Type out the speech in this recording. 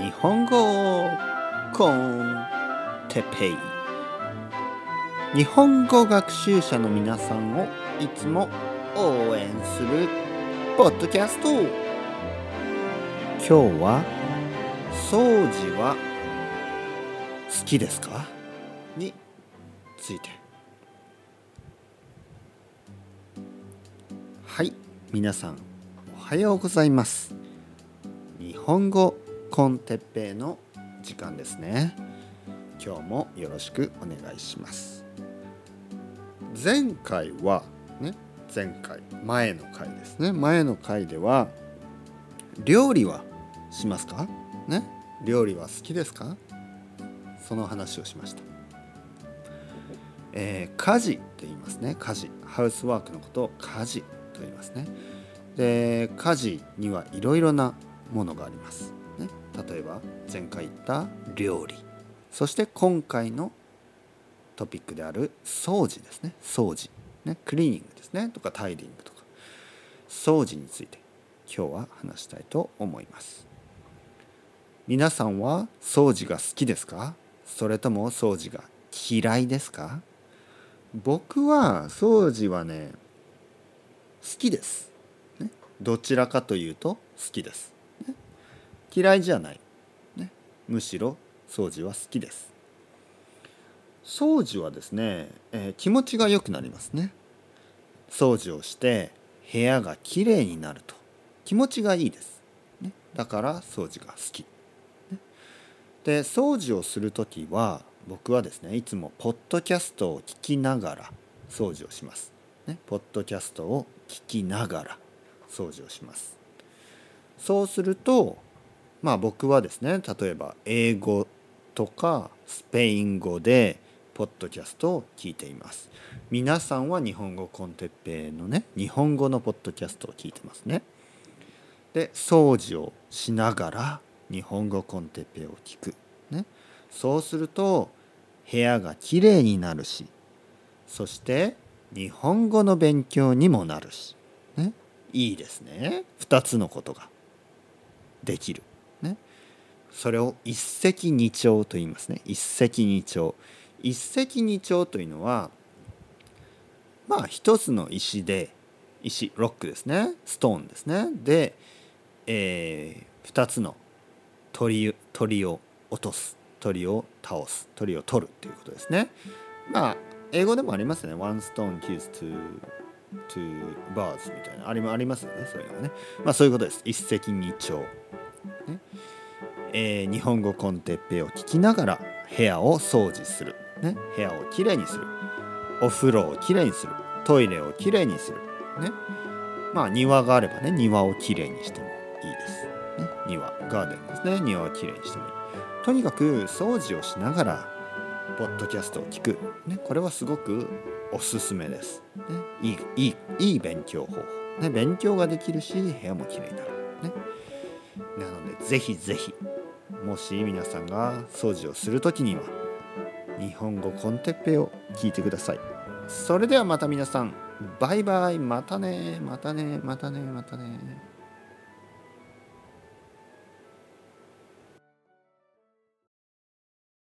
日本語コンテペイ。日本語学習者の皆さんをいつも応援するポッドキャスト。今日は掃除は好きですかについて。はい、皆さんおはようございます。日本語コンテッペイの時間ですね。今日もよろしくお願いします。前回前の回ですね。前の回では料理はしますかね。料理は好きですか、その話をしました。家事って言いますね。家事、ハウスワークのことを家事と言いますね。で、家事にはいろいろなものがあります、ね。例えば前回言った料理、そして今回のトピックである掃除ですね。掃除、ね、クリーニングですねとかタイディングとか掃除について今日は話したいと思います。皆さんは掃除が好きですか、それとも掃除が嫌いですか？僕は掃除はね、好きです、ね、どちらかというと好きです、ね、嫌いじゃない、ね、むしろ掃除は好きです。掃除はですね、気持ちが良くなりますね。掃除をして部屋がきれいになると気持ちがいいです、ね、だから掃除が好き、ね、で、掃除をするときは僕はですね、いつもポッドキャストを聞きながら掃除をします、ね、ポッドキャストを聞きながら掃除をします。そうすると僕はですね、例えば英語とかスペイン語でポッドキャストを聞いています。皆さんは日本語コンテッペイのね、日本語のポッドキャストを聞いてますね。で、掃除をしながら日本語コンテッペイを聞く、ね、そうすると部屋がきれいになるし、そして日本語の勉強にもなるし、ね、いいですね。2つのことができる、ね、それを一石二鳥と言いますね。一石二鳥。一石二鳥というのは一つの石、ロックですね、ストーンですね。で、2つの鳥を落とす、鳥を倒す、鳥を取るということですね。英語でもありますね。One stone kills two birds みたいなありますよね。そういうのがね。そういうことです。一石二鳥、ね。日本語コンテッペイを聞きながら部屋を掃除する、ね、部屋をきれいにする、お風呂をきれいにする、トイレをきれいにする、ね、庭があればね、庭をきれいにしてもいいです、ね、庭ガーデンですね。庭をきれいにしてもいい。とにかく掃除をしながらポッドキャストを聞く、ね、これはすごくおすすめです、ね、いい勉強方法、ね、勉強ができるし部屋もきれいになる、ね、なのでぜひぜひ、もし皆さんが掃除をするときには日本語コンテッペイを聞いてください。それではまた皆さん、バイバイ、またね。